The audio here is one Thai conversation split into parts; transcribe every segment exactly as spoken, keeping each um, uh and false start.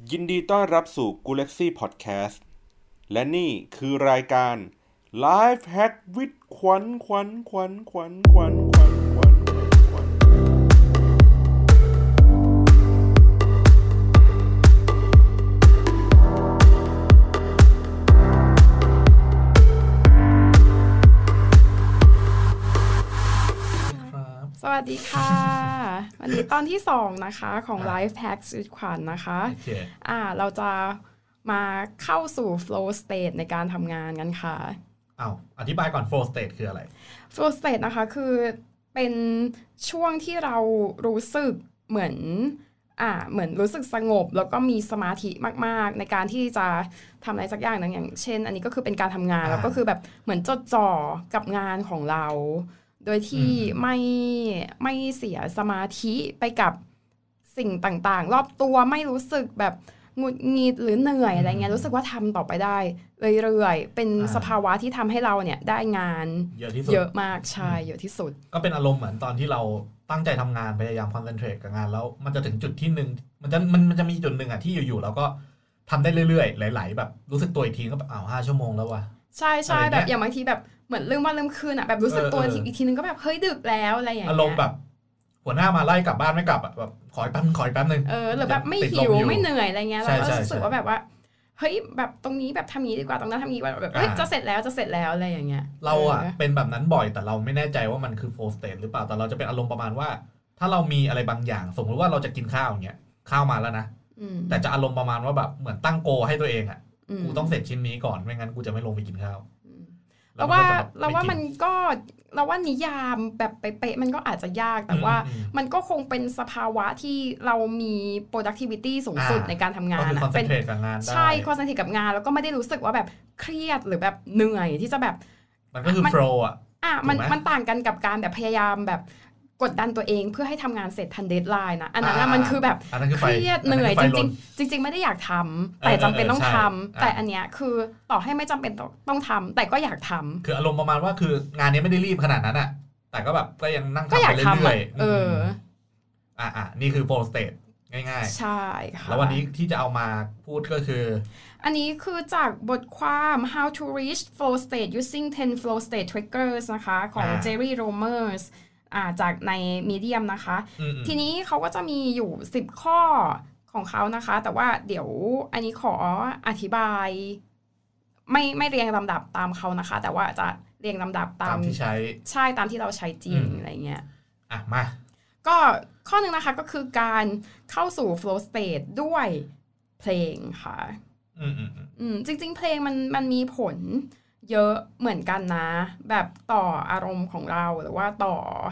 ยินดีต้อนรับสู่ Galaxy Podcast และนี่คือรายการ Life Hack with ขวัญขวัญขวัญขวัญขวัญขวัญขวัญขวัญสวัสดีค่ะวันนี้ตอนที่สองนะคะของ Life Hack สุดขวัญ นะคะ okay. อ่าเราจะมาเข้าสู่ flow state ในการทำงานกันค่ะอ้าวอธิบายก่อน flow state คืออะไร flow state นะคะคือเป็นช่วงที่เรารู้สึกเหมือนอ่าเหมือนรู้สึกสงบแล้วก็มีสมาธิมากๆในการที่จะทำอะไรสักอย่างนึงอย่างเช่นอันนี้ก็คือเป็นการทำงานแล้วก็คือแบบเหมือนจดจ่อกับงานของเราโดยที่ไม่ไม่เสียสมาธิไปกับสิ่งต่างๆรอบตัวไม่รู้สึกแบบหงุดหงิดหรือเหนื่อยอะไรเงี้ยรู้สึกว่าทำต่อไปได้เรื่อยๆเป็นสภาวะที่ทำให้เราเนี่ยได้งานเยอะที่สุดเยอะมากใช่เยอะที่สุดก็เป็นอารมณ์เหมือนตอนที่เราตั้งใจทำงานพยายามคอนเซนเทรตกับงานแล้วมันจะถึงจุดที่หนึ่งมันจะมันมันจะมีจุดหนึ่งอ่ะที่อยู่ๆเราก็ทำได้เรื่อยๆหลายๆแบบรู้สึกตัวอีกทีก็แบบอ้าวห้าชั่วโมงแล้วว่ะใช่ใช่แบบอย่างบางทีแบบเหมือนลืมว่าลืมคืนอ่ะแบบรู้สึกตัวอีกทีนึงก็แบบเฮ้ยดึกแล้วอะไรอย่างเงี้ยอารมณ์แบบหัวหน้ามาไล่กลับบ้านไม่กลับอ่ะแบบขออีกแป๊บขออีกแป๊บนึงเออหรือแบบไม่หิวไม่เหนื่อยอะไรเงี้ยเราก็รู้สึกว่าแบบว่าเฮ้ยแบบตรงนี้แบบทำงี้ดีกว่าตรงนั้นทำงี้แบบเฮ้ยจะเสร็จแล้วจะเสร็จแล้วอะไรอย่างเงี้ยเราอ่ะเป็นแบบนั้นบ่อยแต่เราไม่แน่ใจว่ามันคือ flow state หรือเปล่าแต่เราจะเป็นอารมณ์ประมาณว่าถ้าเรามีอะไรบางอย่างสมมติว่าเราจะกินข้าวอย่างเงี้ยข้าวมาแล้วนะแต่จะอารมณ์ประมาณว่าแบบเหมือนตั้งโกให้ตัวเองอ่ะกูต้องเสร็จชิ้นนี้ก่อนไม่งั้นกูจะไม่ลงไปกินข้าวเราว่าเราว่ามันก็เราว่านิยามแบบเป๊ะๆมันก็อาจจะยากแต่ว่ามันก็คงเป็นสภาวะที่เรามี productivity สูงสุดในการทำงานนะเป็นใช่ concentrate กับงานแล้วก็ไม่ได้รู้สึกว่าแบบเครียดหรือแบบเหนื่อยที่จะแบบมันก็คือ flow อ่ะอ่ะมันมันต่างกันกับการแบบพยายามแบบกดดันตัวเองเพื่อให้ทำงานเสร็จทันเดดไลน์นะอันนั้นมันคือแบบเครียดเหนื่อยจริงๆจริงๆไม่ได้อยากทำแต่จำเป็นต้องทำแต่อันเนี้ยคือต่อให้ไม่จำเป็นต้องทำแต่ก็อยากทำคืออารมณ์ประมาณว่าคืองานนี้ไม่ได้รีบขนาดนั้นอะแต่ก็แบบก็ยังนั่งทำไปเรื่อยๆเอออ่ะอ่ะนี่คือ flow state ง่ายๆใช่ค่ะแล้ววันนี้ที่จะเอามาพูดก็คืออันนี้คือจากบทความ how to reach flow state using ten flow state triggers นะคะของ Jerry Romersอ่าจากใน Medium นะคะทีนี้เขาก็จะมีอยู่สิบข้อของเขานะคะแต่ว่าเดี๋ยวอันนี้ขออธิบายไม่ไม่เรียงลำดับตามเขานะคะแต่ว่าจะเรียงลำดับตามที่ใช้ใช่ตามที่เราใช้จริงอะไรเงี้ยอ่ะมาก็ข้อหนึ่งนะคะก็คือการเข้าสู่ flow state ด้วยเพลงค่ะอืมอืมอืมจริงๆเพลงมันมันมีผลเยอะเหมือนกันนะแบบต่ออารมณ์ของเราหรือว่าต่อ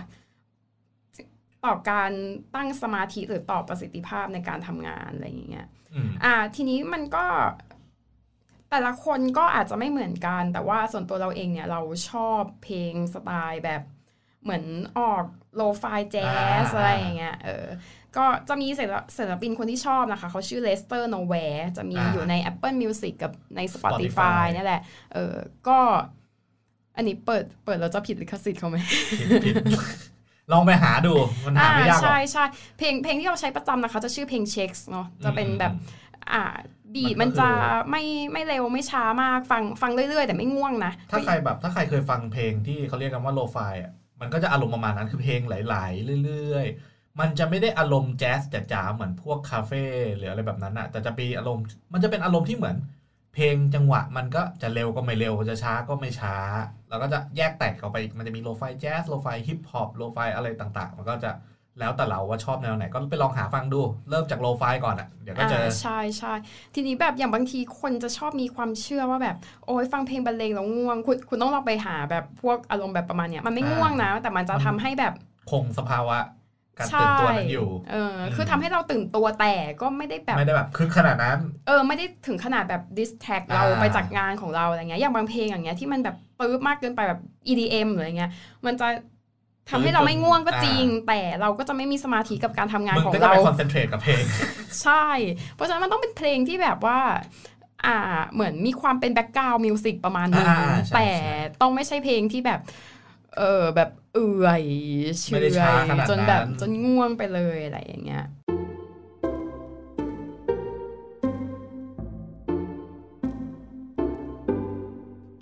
ต่อการตั้งสมาธิหรือต่อประสิทธิภาพในการทำงานอะไรอย่างเงี้ยอ่าทีนี้มันก็แต่ละคนก็อาจจะไม่เหมือนกันแต่ว่าส่วนตัวเราเองเนี่ยเราชอบเพลงสไตล์แบบเหมือนออกโลฟายแจ๊สอะไรอย่างเงี้ยเออก็จะมีศิลปินคนที่ชอบนะคะเขาชื่อ Lester Nowhere จะมีอยู่ใน Apple Music กับใน Spotify นี่แหละเออก็อันนี้เปิดเปิดเราจะผิดลิขสิทธิ์เขาไหมลองไปหาดูมันหาไม่ยากหรอกใช่ใช่เพลงเพลงที่เราใช้ประจำนะคะจะชื่อเพลง Checks เนาะจะเป็นแบบอ่าบีทมันจะไม่ไม่เร็วไม่ช้ามากฟังฟังเรื่อยๆแต่ไม่ง่วงนะถ้าใครแบบถ้าใครเคยฟังเพลงที่เขาเรียกกันว่าโลฟายอ่ะมันก็จะอารมณ์ประมาณนั้นคือเพลงไหลๆเรื่อยๆมันจะไม่ได้อารมณ์แจ๊สจ๋าๆเหมือนพวกคาเฟ่หรืออะไรแบบนั้นอ่ะแต่จะมีอารมณ์มันจะเป็นอารมณ์ที่เหมือนเพลงจังหวะมันก็จะเร็วก็ไม่เร็วจะช้าก็ไม่ช้าแล้วก็จะแยกแตกออกไปอีกมันจะมีโลฟายแจ๊สโลฟายฮิปฮอปโลฟายอะไรต่างๆมันก็จะแล้วแต่เราว่าชอบแนวไหนก็ไปลองหาฟังดูเริ่มจากโลฟายก่อนอ่ะเดี๋ยวก็เจอใช่ใช่ทีนี้แบบอย่างบางทีคนจะชอบมีความเชื่อว่าแบบโอ้ยฟังเพลงบรรเลงแล้วง่วงคุณคุณต้องลองไปหาแบบพวกอารมณ์แบบประมาณเนี้ยมันไม่ง่วงนะแต่มันจะทำให้แบบคงสภาวะการตื่นตัวนั้นอยู่เออคือทำให้เราตื่นตัวแต่ก็ไม่ได้แบบไม่ได้แบบคึกขนาดนั้นเออไม่ได้ถึงขนาดแบบ distract เราไปจากงานของเราอะไรเงี้ยอย่างบางเพลงอย่างเงี้ยที่มันแบบปื๊บมากเกินไปแบบ อี ดี เอ็ม หรืออะไรเงี้ยมันจะทำให้เราไม่ง่วงก็จริงแต่เราก็จะไม่มีสมาธิกับการทำงานของเรามึงก็จะไปคอนเซนเทรตกับเพลงใช่เพราะฉะนั้นมันต้องเป็นเพลงที่แบบว่าอ่าเหมือนมีความเป็นแบ็คกราวด์มิวสิกประมาณนึงแต่ต้องไม่ใช่เพลงที่แบบเออแบบเอื่อยเฉื่อยจนแบบจนง่วงไปเลยอะไรอย่างเงี้ย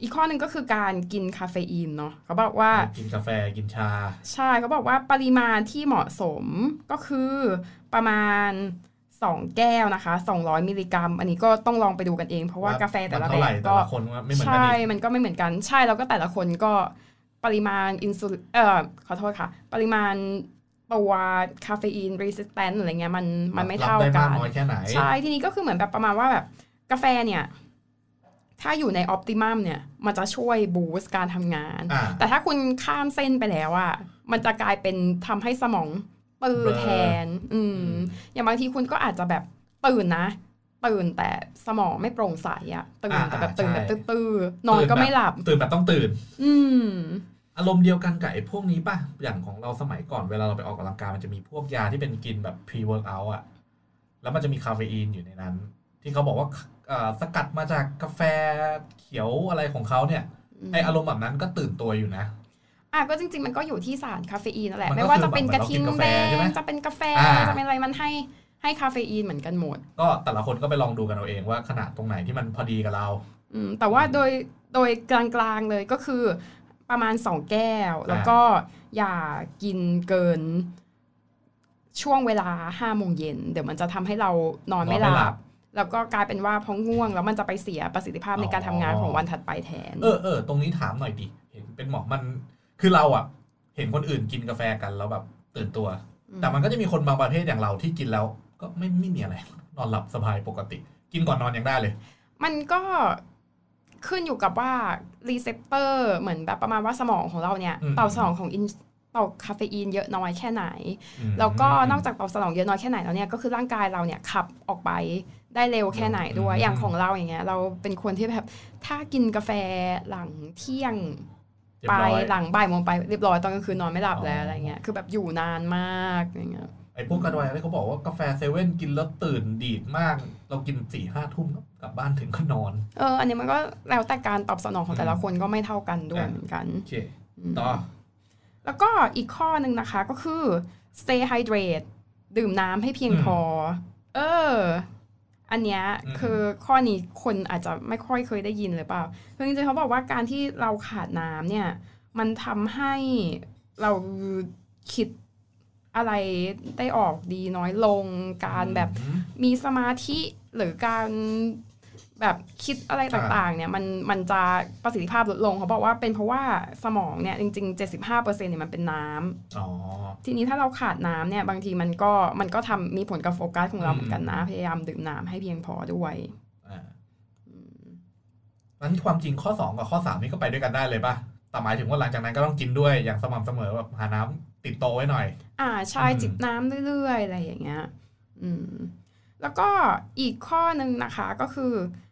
อีกข้อหนึ่งก็คือการกินคาเฟอีนเนาะเขาบอกว่ากินกาแฟกินชาใช่เขาบอกว่าปริมาณที่เหมาะสมก็คือประมาณสองแก้วนะคะสองร้อยมิลลิกรัมอันนี้ก็ต้องลองไปดูกันเองเพราะว่ากาแฟแต่ละแบบก็ใช่มันก็ไม่เหมือนกันใช่แล้วก็แต่ละคนก็ปริมาณอินซูลินเอ่อขอโทษค่ะปริมาณตัวคาเฟอีนรีสิสแตนต์อะไรเงี้ยมันมันไม่เท่ากันใช่ทีนี้ก็คือเหมือนแบบประมาณว่าแบบกาแฟเนี่ยถ้าอยู่ในออปติมัมเนี่ยมันจะช่วยบูสต์การทำงานแต่ถ้าคุณข้ามเส้นไปแล้วอ่ะมันจะกลายเป็นทำให้สมองตื่นแทนอืมอย่างบางทีคุณก็อาจจะแบบตื่นนะตื่นแต่สมองไม่โปร่งใสอ่ะตื่นแต่แบบตื่นแบบตื้อๆนอนก็ไม่หลับตื่นแบบต้องตื่นอืมอารมณ์เดียวกันกับไอ้พวกนี้ป่ะอย่างของเราสมัยก่อนเวลาเราไปออกกำลังกายมันจะมีพวกยาที่เป็นกินแบบ pre workout อ่ะแล้วมันจะมีคาเฟอีนอยู่ในนั้นที่เขาบอกว่าสกัดมาจากกาแฟเขียวอะไรของเขาเนี่ยไออารมณ์แบบนั้นก็ตื่นตัวอยู่นะอ่ะก็จริงๆมันก็อยู่ที่สารคาเฟอีนนั่นแหละไม่ว่าจะเป็นกระทิงแดงจะเป็นกาแฟจะเป็นอะไรมันให้ให้คาเฟอีนเหมือนกันหมดก็แต่ละคนก็ไปลองดูกันเอาเองว่าขนาดตรงไหนที่มันพอดีกับเราอืมแต่ว่าโดยโดยกลางๆเลยก็คือประมาณสองแก้วแล้วก็อย่ากินเกินช่วงเวลาห้าโมงเย็นเดี๋ยวมันจะทำให้เรานอนไม่หลับแล้วก็กลายเป็นว่าพอง่วงแล้วมันจะไปเสียประสิทธิภาพในการทำงานของวันถัดไปแทนเออเออตรงนี้ถามหน่อยดิเห็นเป็นหมอมันคือเราอ่ะเห็นคนอื่นกินกาแฟกันแล้วแบบตื่นตัวแต่มันก็จะมีคนบางประเภทอย่างเราที่กินแล้วก็ไม่ไม่มีอะไรนอนหลับสบายปกติกินก่อนนอนยังได้เลยมันก็ขึ้นอยู่กับว่ารีเซปเตอร์เหมือนแบบประมาณว่าสมองของเราเนี่ยตอบสนองของอินตอบคาเฟอีนเยอะน้อยแค่ไหนแล้วก็นอกจากตอบสนองเยอะน้อยแค่ไหนแล้วเนี่ยก็คือร่างกายเราเนี่ยขับออกไปได้เร็วแค่ไหนด้วยอย่างของเราอย่างเงี้ยเราเป็นคนที่แบบถ้ากินกาแฟหลังเที่ยงไปหลังบ่ายโมงไปเรียบร้อยตอนกลางคืนนอนไม่หลับแล้วอะไรเงี้ยคือแบบอยู่นานมากอย่างเงี้ยไอ้พวกกระดอยที่เขาบอกว่ากาแฟเซเว่นกินแล้วตื่นดีดมากเรากิน สี่ห้า ทุ่มกลับบ้านถึงก็นอนเอออันนี้มันก็แล้วแต่การตอบสนองของแต่ละคนก็ไม่เท่ากันด้วยเหมือนกันโอเคต่อแล้วก็อีกข้อนึงนะคะก็คือ stay hydrate ดื่มน้ำให้เพียงพอเอออันเนี้ยคือข้อนี้คนอาจจะไม่ค่อยเคยได้ยินเลยเปล่าคือจริงๆเขาบอกว่าการที่เราขาดน้ำเนี่ยมันทำให้เราคิดอะไรได้ออกดีน้อยลงการแบบมีสมาธิหรือการแบบคิดอะไรต่างๆเนี่ยมันมันจะประสิทธิภาพลดลงเขาบอกว่าเป็นเพราะว่าสมองเนี่ยจริงๆ เจ็ดสิบห้าเปอร์เซ็นต์ เนี่ยมันเป็นน้ำอ๋อทีนี้ถ้าเราขาดน้ำเนี่ยบางทีมันก็มันก็ทำมีผลกับโฟกัสของเราเหมือนกันนะพยายามดื่มน้ำให้เพียงพอด้วยอ่างั้นความจริงข้อสองกับข้อสามนี่ก็ไปด้วยกันได้เลยป่ะแต่หมายถึงว่าหลังจากนั้นก็ต้องกินด้วยอย่างสม่ำเสมอแบบหาน้ำติดโตไว้หน่อยอ่าใช่จิบน้ำเรื่อยๆอะไรอย่างเงี้ยอืมแล้วก็อีกข้อนึงนะคะก็คือ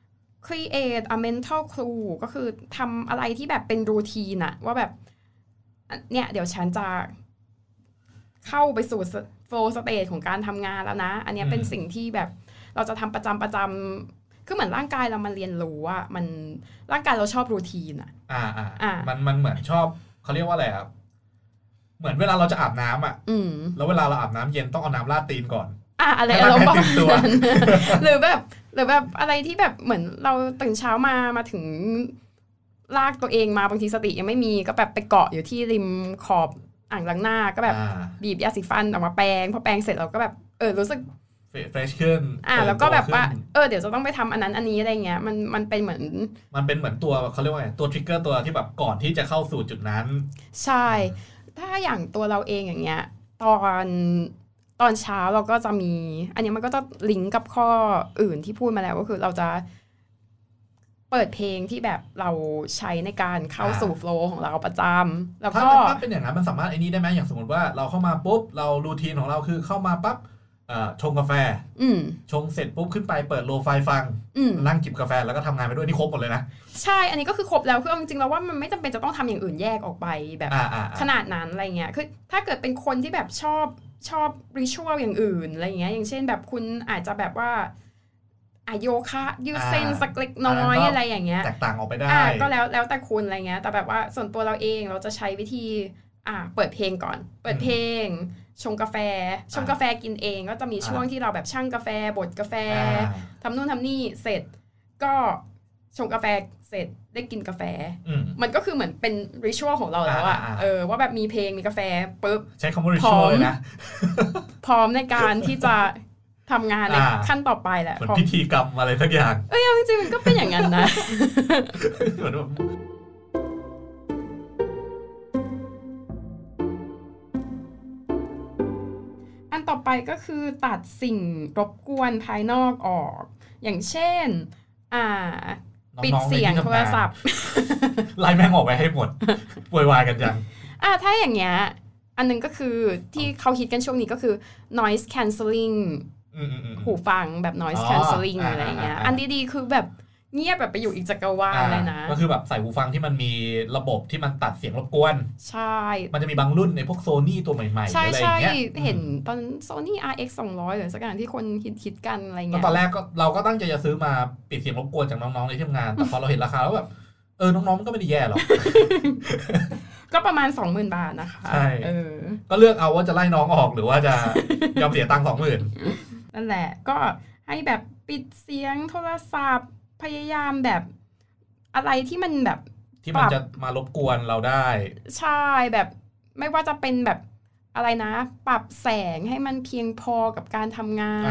create a mental clue ก็คือทำอะไรที่แบบเป็นรูทีนอะว่าแบบเนี่ยเดี๋ยวฉันจะเข้าไปสู่ flow state ของการทำงานแล้วนะอันนี้เป็นสิ่งที่แบบเราจะทำประจำประจำคือเหมือนร่างกายเรามันเรียนรู้อะมันร่างกายเราชอบรูทีนอะอ่าอ่ามันมันเหมือนชอบเขาเรียกว่าอะไรครับเหมือนเวลาเราจะอาบน้ำอ่ะแล้วเวลาเราอาบน้ำเย็นต้องเอาน้ำราดตีนก่อนอ่ะอะไรเราบอกหรือแบบหรือแบบอะไรที่แบบเหมือนเราตื่นเช้ามามาถึงลากตัวเองมาบางทีสติยังไม่มีก็แบบไปเกาะอยู่ที่ริมขอบอ่างล้างหน้าก็แบบบีบยาสีฟันออกมาแปรงพอแปรงเสร็จเราก็แบบเออรู้สึกเฟรชขึ้นอ่ะแล้วก็แบบว่าเออเดี๋ยวจะต้องไปทำอันนั้นอันนี้อะไรเงี้ยมันมันเป็นเหมือนมันเป็นเหมือนตัวเขาเรียกว่าไงตัวทริกเกอร์ตัวที่แบบก่อนที่จะเข้าสู่จุดนั้นใช่ถ้าอย่างตัวเราเองอย่างเงี้ยตอนตอนเช้าเราก็จะมีอันนี้มันก็จะลิงก์กับข้ออื่นที่พูดมาแล้วก็คือเราจะเปิดเพลงที่แบบเราใช้ในการเข้าสู่โฟลว์ของเราประจำแล้วก็ถ้าเป็นอย่างนั้นมันสามารถไอ้นี้ได้ไหมอย่างสมมติว่าเราเข้ามาปุ๊บเรารูทีนของเราคือเข้ามาปั๊บชงกาแฟชงเสร็จปุ๊บขึ้นไปเปิดโลไฟฟังนั่งจิบกาแฟแล้วก็ทำงานไปด้วยนี่ครบหมดเลยนะใช่อันนี้ก็คือครบแล้วคือจริงๆแล้วว่ามันไม่จำเป็นจะต้องทำอย่างอื่นแยกออกไปแบบขนาดนั้นอะไรเงี้ยคือถ้าเกิดเป็นคนที่แบบชอบชอบริชวลอย่างอื่นอะไรเงี้ยอย่างเช่นแบบคุณอาจจะแบบว่าอะโยคะยืดเส้นสักเล็กน้อยอะไรอย่างเงี้ยแตกต่างออกไปได้ก็แล้วแล้วแต่คุณอะไรเงี้ยแต่แบบว่าส่วนตัวเราเองเราจะใช้วิธีอ่าเปิดเพลงก่อนเปิดเพลงชงกาแฟชงกาแฟกินเองก็จะมีช่วงที่เราแบบชั่งกาแฟบดกาแฟทำนู่นทำนี่เสร็จก็ชงกาแฟเสร็จได้กินกาแฟมมันก็คือเหมือนเป็นริชวลของเราแล้วอะอ่าๆๆเออว่าแบบมีเพลงมีกาแฟปุ๊บใช้คำว่า ritual เลยนะพร้อมในการที่จะทำงานในอ่าขั้นต่อไปแหละเหมือนพร้อมพิธีกรรมอะไรสักอย่างเอ้ยเอาจริงๆมันก็เป็นอย่างนั้นนะเหมือนแบบอันต่อไปก็คือตัดสิ่งรบกวนภายนอกออก อย่างเช่น อ่า ปิดน้องๆเสียงในที่โททำงานรศัพท์ไล่แม่งออกไปให้หมดป่วยวายกันจังอ่าถ้าอย่างเงี้ยอันนึงก็คือที่เขาฮิตกันช่วงนี้ก็คือ noise cancelling อืมๆๆหูฟังแบบ noise อ๋อ cancelling อ่าอะไรเงี้ยอ่าอันดีๆคือแบบเงียบแบบไปอยู่อีกจักรวาลเลยนะก็คือแบบใส่หูฟังที่มันมีระบบที่มันตัดเสียงรบกวนใช่มันจะมีบางรุ่นในพวก Sony ตัวใหม่ๆหรือใช่อะไรอใช่ย่างเงี้ยเห็นอืมตอน Sony อาร์ เอ็กซ์ สองร้อยหรือสักอย่างที่คนฮิตๆกันอะไรแล้วเงี้ยตอนแรกก็เราก็ตั้งใจจะซื้อมาปิดเสียงรบกวนจากน้องๆในที่ทำงาน แต่พอเราเห็นราคาแล้วแบบเออน้องๆมันก็ไม่ได้แย่หรอกก็ประมาณ สองหมื่น บาทนะคะใช่เออก็เลือกเอาว่าจะไล่น้องออกหรือว่าจะ ยอมเสียตังค์ สองหมื่นนั่นแหละก็ให้แบบปิดเสียงโทรศัพท์พยายามแบบอะไรที่มันแบบที่มันจะมารบกวนเราได้ใช่แบบไม่ว่าจะเป็นแบบอะไรนะ ปรับแสงให้มันเพียงพอกับการทำงาน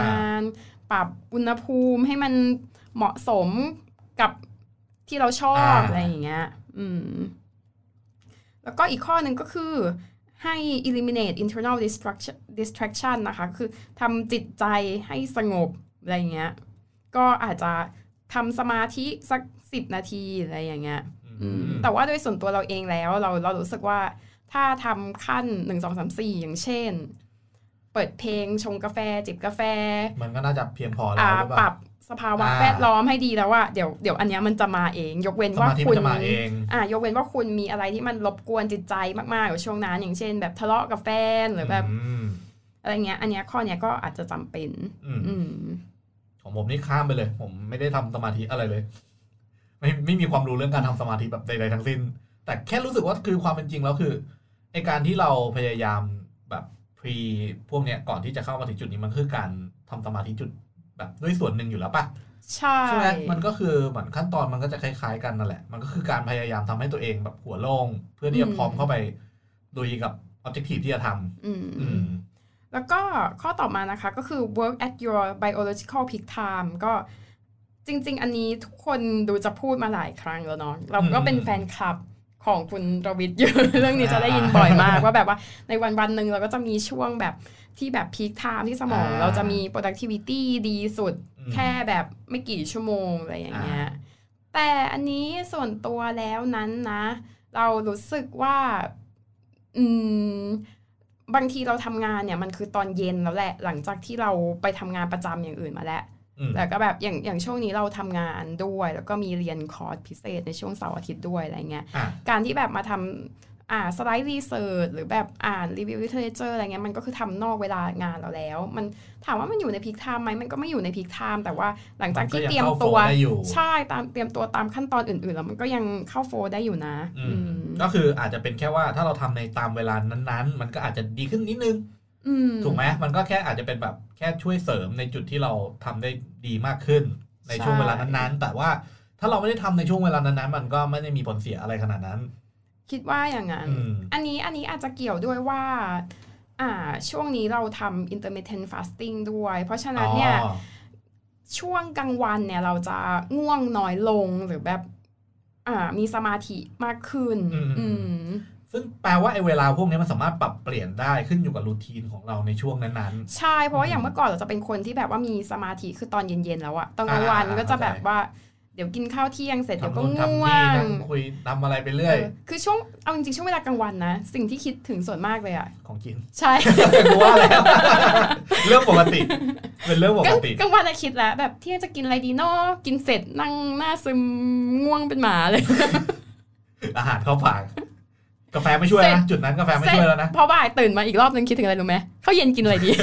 ปรับอุณหภูมิให้มันเหมาะสมกับที่เราชอบอะไรอย่างเงี้ยอืมแล้วก็อีกข้อหนึ่งก็คือให้ eliminate internal distraction distraction นะคะคือทำจิตใจให้สงบอะไรเงี้ยก็อาจจะทำสมาธิสักสิบนาทีอะไรอย่างเงี้ยแต่ว่าโดยส่วนตัวเราเองแล้วเราเรารู้สึกว่าถ้าทำขั้นหนึ่ง สอง สาม สี่อย่างเช่นเปิดเพลงชงกาแฟจิบกาแฟมันก็น่าจะเพียงพอแล้วหรือเปล่าปรับสภาวะแวดล้อมให้ดีแล้วว่าเดี๋ยวเดี๋ยวอันเนี้ยมันจะมาเองยกเว้นว่าคุณอ่ายกเว้นว่าคุณมีอะไรที่มันรบกวนจิตใจมากๆอยู่ช่วงนั้นอย่างเช่นแบบทะเลาะกับแฟนหรือแบบอะไรเงี้ยอันเนี้ยข้อเนี้ยก็อาจจะจำเป็นอืมของผมนี่ข้ามไปเลยผมไม่ได้ทำสมาธิอะไรเลยไม่ไม่มีความรู้เรื่องการทำสมาธิแบบใดๆทั้งสิ้นแต่แค่รู้สึกว่าคือความเป็นจริงแล้วคือไอการที่เราพยายามแบบพรีพวกเนี้ยก่อนที่จะเข้ามาถึงจุดนี้มันคือการทำสมาธิจุดแบบด้วยส่วนหนึ่งอยู่แล้วป่ะใช่ใช่ไหมมันก็คือเหมือนขั้นตอนมันก็จะคล้ายๆกันนั่นแหละมันก็คือการพยายามทำให้ตัวเองแบบหัวโล่งเพื่อที่จะพร้อมเข้าไปลุยกับ objective ที่จะทำอืมแล้วก็ข้อต่อมานะคะก็คือ work at your biological peak time ก็จริงๆอันนี้ทุกคนดูจะพูดมาหลายครั้งแล้วเนาะเราก็เป็นแฟนคลับของคุณรวิทย์เยอะ เรื่องนี้จะได้ยินบ่อยมากว่าแบบว่าในวันวันหนึ่งเราก็จะมีช่วงแบบที่แบบ peak time ที่สมองเราจะมี productivity ดีสุดแค่แบบไม่กี่ชั่วโมงอะไรอย่างเงี้ยแต่อันนี้ส่วนตัวแล้วนั้นนะเรารู้สึกว่าอืมบางทีเราทำงานเนี่ยมันคือตอนเย็นแล้วแหละหลังจากที่เราไปทำงานประจำอย่างอื่นมาแล้วแล้วก็แบบอย่างอย่างช่วงนี้เราทำงานด้วยแล้วก็มีเรียนคอร์สพิเศษในช่วงเสาร์อาทิตย์ด้วยอะไรเงี้ยการที่แบบมาทำอ่าสไลด์รีเสิร์ชหรือแบบอ่านรีวิวลิเทเรเจอร์อะไรเงี้ยมันก็คือทำนอกเวลางานเราแล้วมันถามว่ามันอยู่ในพีคไทม์ไหมมันก็ไม่อยู่ในพีคไทม์แต่ว่าหลังจากที่เตรียมตัวใช่ตามเตรียมตัวตามขั้นตอนอื่นๆแล้วมันก็ยังเข้าโฟลได้อยู่นะก็คืออาจจะเป็นแค่ว่าถ้าเราทำในตามเวลานั้นๆมันก็อาจจะดีขึ้นนิดนึงถูกไหมมันก็แค่อาจจะเป็นแบบแค่ช่วยเสริมในจุดที่เราทำได้ดีมากขึ้นในช่วงเวลานั้นๆแต่ว่าถ้าเราไม่ได้ทำในช่วงเวลานั้นๆมันก็ไม่ได้มีผลเสียอะไรขนาดนั้นคิดว่าอย่างนั้นอันนี้อันนี้อาจจะเกี่ยวด้วยว่าอ่าช่วงนี้เราทำ intermittent fasting ด้วยเพราะฉะนั้นเนี่ยช่วงกลางวันเนี่ยเราจะง่วงน้อยลงหรือแบบอ่ามีสมาธิมากขึ้นอืมซึ่งแปลว่าไอ้เวลาพวกนี้มันสามารถปรับเปลี่ยนได้ขึ้นอยู่กับรูทีนของเราในช่วงนั้นๆใช่เพราะว่าอย่างเมื่อก่อนเราจะเป็นคนที่แบบว่ามีสมาธิคือตอนเย็นๆแล้วอะตอนกลางวันก็จะแบบว่าเดี๋ยวกินข้าวเที่ยงเสร็จเดี๋ยวก็ง่วงคุยทำอะไรไปเรื่อยคือช่วงเอาจริงๆช่วงเวลากลางวันนะสิ่งที่คิดถึงส่วนมากเลยอะของกินใช่รู้ว่าแล้วเรื่องปกติเป็นเรื่องปกติกลางวันจะคิดแล้วแบบเที่ยงจะกินอะไรดีเนาะกินเสร็จนั่งหน้าซึมง่วงเป็นหมาเลยอาหารเข้าปากกาแฟไม่ช่วยนะจุดนั้นกาแฟไม่ช่วยแล้วนะพอบ่ายตื่นมาอีกรอบนึงคิดถึงอะไรรู้ไหมข้าวเย็นกินอะไรดี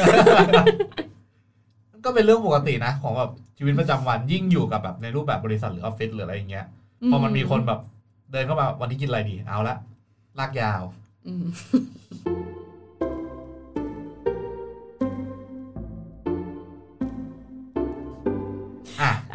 ก็เป็นเรื่องปกตินะของแบบชีวิตประจำวันยิ่งอยู่กับแบบในรูปแบบบริษัทหรือออฟฟิศหรืออะไรอย่างเงี้ยพอมันมีคนแบบเดินเข้ามาวันนี้กินอะไรดีเอาละลากยาวอ่ะ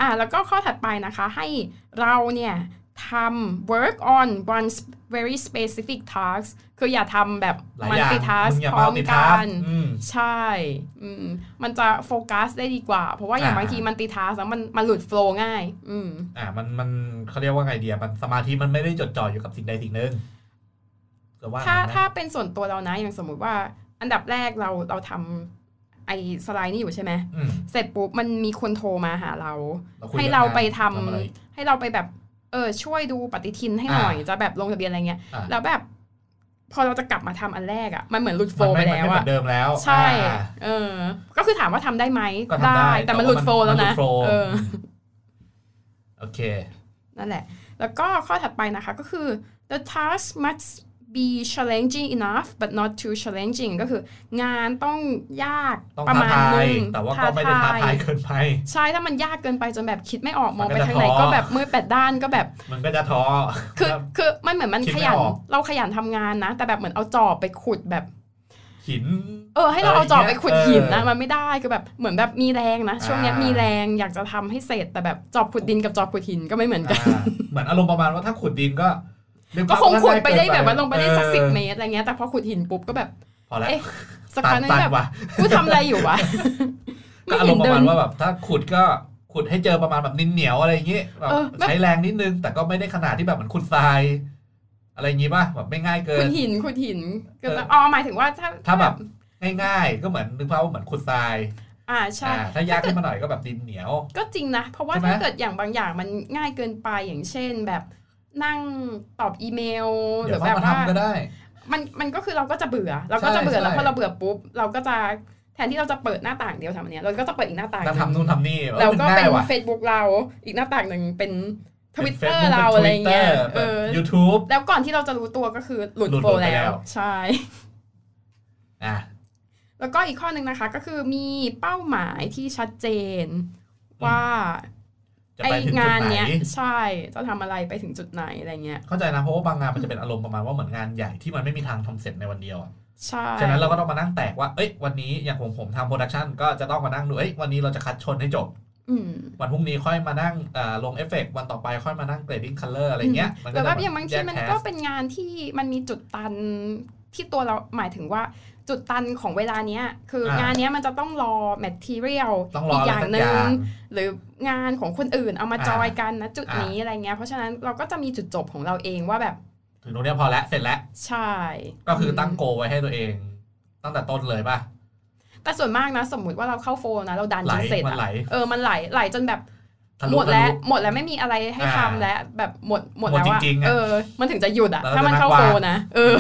อ่าแล้วก็ข้อถัดไปนะคะให้เราเนี่ยทำ work on one very specific task คืออย่าทำแบบ multitask พร้อมกันใช่มันจะโฟกัสได้ดีกว่าเพราะว่าอย่างบางที multitask แล้วมันมันหลุดโฟลว์ง่ายอืมอ่ามันมันเขาเรียกว่าไงเดียมันสมาธิมันไม่ได้จดจ่ออยู่กับสิ่งใดสิ่งหนึ่งถ้าถ้าเป็นส่วนตัวเรานะอย่างสมมุติว่าอันดับแรกเราเราทำไอ้สไลด์นี่อยู่ใช่ไหมเสร็จปุ๊บมันมีคนโทรมาหาเราให้เราไปทำให้เราไปแบบเออช่วยดูปฏิทินให้หน่อยจะแบบลงทะเบียนอะไรเงี้ยแล้วแบบพอเราจะกลับมาทำอันแรกอ่ะมันเหมือนหลุดโฟลไปแล้วอ่ะเดิมแล้วใช่เออก็คือถามว่าทำได้ไหมได้แต่มันหลุดโฟลแล้วนะเออโอเคนั่นแหละแล้วก็ข้อถัดไปนะคะก็คือ the task must be challenging enough but not too challenging ก็คืองานต้องยากประมาณนึงแต่ว่าก็ไม่ได้ท้าทายเกินไปใช่ถ้ามันยากเกินไปจนแบบคิดไม่ออกมองไปทางไหนก็แบบมืดแปดด้านก็แบบมันก็จะท้อคือคือมันเหมือนมันขยันเราขยันทำงานนะแต่แบบเหมือนเอาจอบไปขุดแบบหินเออให้เราเอาจอบไปขุดหินนะมันไม่ได้คือแบบเหมือนแบบมีแรงนะช่วงนี้มีแรงอยากจะทำให้เสร็จแต่แบบจอบขุดดินกับจอบขุดหินก็ไม่เหมือนกันเหมือนอารมณ์ประมาณว่าถ้าขุดดินก็ก็คงขุดไปได้แบบว่าลงไปได้สักสิบเมตรอะไรเงี้ยแต่พอขุดหินปุ๊บก็แบบพอแล้วสักพักนึงแบบกูทำอะไรอยู่วะก็อารมณ์ประมาณว่าแบบถ้าขุดก็ขุดให้เจอประมาณแบบนิ้นเหนียวอะไรอย่างงี้แบบใช้แรงนิดนึงแต่ก็ไม่ได้ขนาดที่แบบเหมือนขุดทรายอะไรอย่างงี้ป่ะแบบไม่ง่ายเกินขุดหินขุดหินก็แบบอ๋อหมายถึงว่าถ้าถ้าแบบง่ายๆก็เหมือนนึกภาพว่าเหมือนขุดทรายอ่าใช่ถ้ายากขึ้นมาหน่อยก็แบบดินเหนียวก็จริงนะเพราะว่าถ้าเกิดอย่างบางอย่างมันง่ายเกินไปอย่างเช่นแบบนั่งตอบอีเมลหรือแบบว่ามันมันก็คือเราก็จะเบื่อเราก็จะเบื่อแล้วพอเราเบื่อปุ๊บเราก็จะแทนที่เราจะเปิดหน้าต่างเดียวทำอันนี้เราก็จะเปิดอีกหน้าต่างทำนู่นทำนี่แล้วก็เป็น Facebook เราอีกหน้าต่างหนึ่งเป็น Twitter เราอะไรเงี้ยเออ YouTube แล้วก่อนที่เราจะรู้ตัวก็คือหลุดโฟลแล้วใช่อ่ะแล้วก็อีกข้อนึงนะคะก็คือมีเป้าหมายที่ชัดเจนว่าไองานเนี้ยใช่จะทำอะไรไปถึงจุดไหนอะไรเงี้ยเข้าใจนะเพราะว่าบางงานมันจะเป็นอารมณ์ประมาณว่าเหมือนงานใหญ่ที่มันไม่มีทางทำเสร็จในวันเดียวใช่ฉะนั้นเราก็ต้องมานั่งแตกว่าเอ้ยวันนี้อย่างผมผมทำโปรดักชันก็จะต้องมานั่งดูเอ้ยวันนี้เราจะคัดชนให้จบวันพรุ่งนี้ค่อยมานั่งลงเอฟเฟกต์วันต่อไปค่อยมานั่งเกรดดิ้งคัลเลอร์อะไรเงี้ยมันก็แบบอย่างบางทีมันก็เป็นงานที่มันมีจุดตันที่ตัวเราหมายถึงว่าจุดตันของเวลาเนี้ยคืองานเนี้ยมันจะต้องรอ material อีกอย่างนึงหรืองานของคนอื่นเอามาจอยกันนะจุดนี้อะไรเงี้ยเพราะฉะนั้นเราก็จะมีจุดจบของเราเองว่าแบบถึงตรงนี้พอแล้วเสร็จแล้วใช่ก็คือตั้งโกไว้ให้ตัวเองตั้งแต่ต้นเลยป่ะแต่ส่วนมากนะสมมุติว่าเราเข้าโฟนะเราดันจนเสร็จเออมันไหลไหลจนแบบหมดแล้วหมดแล้วไม่มีอะไรให้ทำแล้วแบบหมดหมดแล้วอ่ะเออมันถึงจะหยุดอ่ะถ้ามันเข้าโฟนะเออ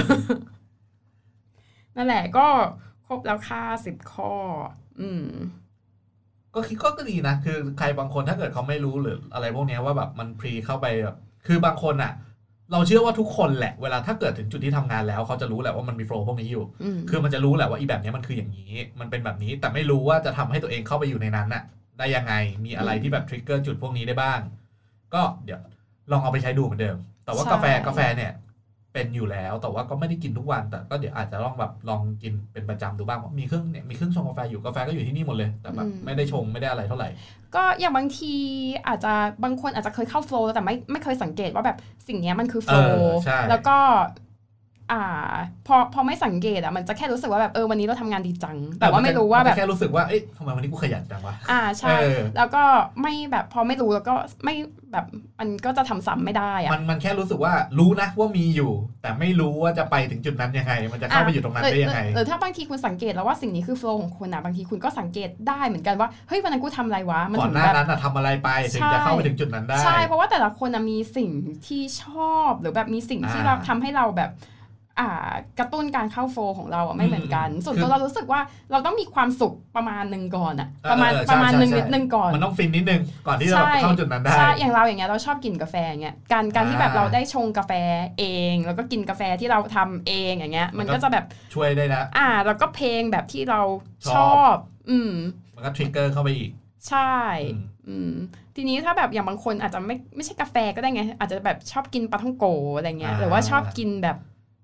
นั่นแหละก็ครบแล้วค่าสิบข้ออืมก็คิดก็ดีนะคือใครบางคนถ้าเกิดเขาไม่รู้หรืออะไรพวกนี้ว่าแบบมันพรีเข้าไปแบบคือบางคนอ่ะเราเชื่อว่าทุกคนแหละเวลาถ้าเกิดถึงจุดที่ทำงานแล้วเขาจะรู้แหละว่ามันมีโฟลว์พวกนี้อยู่คือมันจะรู้แหละว่าอีแบบนี้มันคืออย่างนี้มันเป็นแบบนี้แต่ไม่รู้ว่าจะทำให้ตัวเองเข้าไปอยู่ในนั้นน่ะได้ยังไงมีอะไรที่แบบทริกเกอร์จุดพวกนี้ได้บ้างก็เดี๋ยวลองเอาไปใช้ดูเหมือนเดิมแต่ว่ากาแฟกาแฟเนี่ยเป็นอยู่แล้วแต่ว่าก็ไม่ได้กินทุกวันแต่ก็เดี๋ยวอาจจะลองแบบลองกินเป็นประจำดูบ้างมีเครื่องเนี่ยมีเครื่องชงกาแฟอยู่กาแฟก็อยู่ที่นี่หมดเลยแต่แบบไม่ได้ชงไม่ได้อะไรเท่าไหร่ก็อย่างบางทีอาจจะบางคนอาจจะเคยเข้าโฟลว์แต่ไม่ไม่เคยสังเกตว่าแบบสิ่งนี้มันคือโฟลว์แล้วก็อ่าพอพอไม่สังเกตอ่ะมันจะแค่รู้สึกว่าแบบเออวันนี้เราทำงานดีจังแต่ว่าไม่รู้ว่าแบบแค่รู้สึกว่าเอ๊ะทำไมวันนี้กูขยันจังวะอ่าใช่แล้วก็ไม่แบบพอไม่รู้แล้วก็ไม่แบบมันก็จะทำซ้ำไม่ได้อ่ะมันมันแค่รู้สึกว่ารู้นะว่ามีอยู่แต่ไม่รู้ว่าจะไปถึงจุดนั้นยังไงมันจะเข้าไปอยู่ตรงนั้นได้ยังไงหรือถ้าบางทีคุณสังเกตแล้วว่าสิ่งนี้คือโฟลว์ของคุณนะบางทีคุณก็สังเกตได้เหมือนกันว่าเฮ้ยวันนั้นกูทำอะไรวะมันก่อนหน้านั้นทำอะไรไปถึงจะเข้าไปถึงจุดนั้นได้ใช่เพราะว่าแต่ละคนมีสิ่งที่ชอบหรือแบบมีสิ่งที่เราทำให้เราแบบอ่ากระตุ้นการเข้าโฟลของเราอ่ะไม่เหมือนกันส่วนตัวเรารู้สึกว่าเราต้องมีความสุขประมาณนึงก่อนอ่ะประมาณประมาณนึงนิดนึงก่อนมันต้องฟินนิดนึงก่อนที่เราเข้าจุดนั้นได้ใช่อย่างเราอย่างเงี้ยเราชอบกินกาแฟเงี้ยการการที่แบบเราได้ชงกาแฟเองแล้วก็กินกาแฟที่เราทำเองอย่างเงี้ยมันก็จะแบบช่วยได้นะอ่าแล้วก็เพลงแบบที่เราชอบอืมมันก็ทริกเกอร์เข้าไปอีกใช่อืมทีนี้ถ้าแบบอย่างบางคนอาจจะไม่ไม่ใช่กาแฟก็ได้ไงอาจจะแบบชอบกินปลาท่องโกอะไรเงี้ยหรือว่าชอบกินแบบ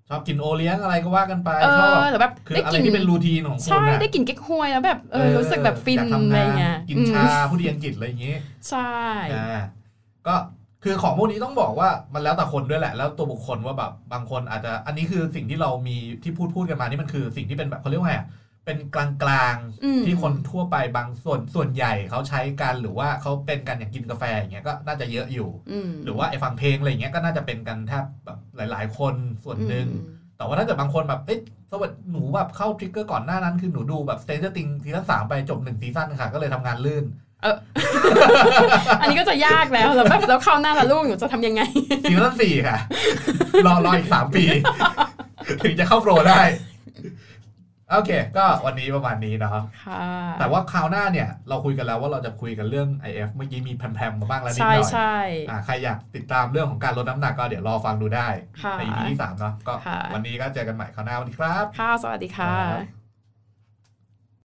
ชอบกินโอเลี้ยงอะไรก็ว่ากันไปเอชอบอหรือแบบคือได้อะไรกินที่เป็นรูทีนของคุณใช่อะได้กินเก๊กฮวยแล้วแบบเออรู้สึกแบบฟินอยากทำอะไรงานเงี้ยกินชาผู้ดีอังกฤษอะไรอย่างงี้ใช่อ่าก็คือของพวกนี้ต้องบอกว่ามันแล้วแต่คนด้วยแหละแล้วตัวบุคคลว่าแบบบางคนอาจจะอันนี้คือสิ่งที่เรามีที่พูดพูดกันมานี่มันคือสิ่งที่เป็นแบบเขาเรียกว่าไงเป็นกลางๆที่คนทั่วไปบางส่วนส่วนใหญ่เขาใช้กันหรือว่าเขาเป็นกันอย่างกินกาแฟอย่างเงี้ยก็น่าจะเยอะอยู่หรือว่าไอ้ฟังเพลงอะไรอย่างเงี้ยก็น่าจะเป็นกันแทบแบบหลายๆคนส่วนหนึ่งแต่ว่าถ้าเกิดบางคนแบบเอ๊ะสวัสดีหนูแบบเข้าทริกเกอร์ก่อนหน้านั้นคือหนูดูแบบ Stranger Things ซีซั่นสามไปจบหนึ่งซีซั่นค่ะก็เลยทำงานลื่นเออ อันนี้ก็จะยากแล้วแล้วแบบแล้วเข้าหน้าละลูกหนูจะทำยังไงซีซั่นสี่ค่ะรอรออีกสามปีถึงจะเข้าโปรได้โอเคก็วันนี้ประมาณนี้เนาะแต่ว่าคราวหน้าเนี่ยเราคุยกันแล้วว่าเราจะคุยกันเรื่อง ไอ เอฟ เมื่อกี้มีแพรมๆมาบ้างแล้วนิดหน่อยใช่อ่าใครอยากติดตามเรื่องของการลดน้ำหนักก็เดี๋ยวรอฟังดูได้ใน อี พี ที่สามเนาะก็วันนี้ก็เจอกันใหม่คราวหน้าสวัสดีครับค่ะสวัสดีค่ะ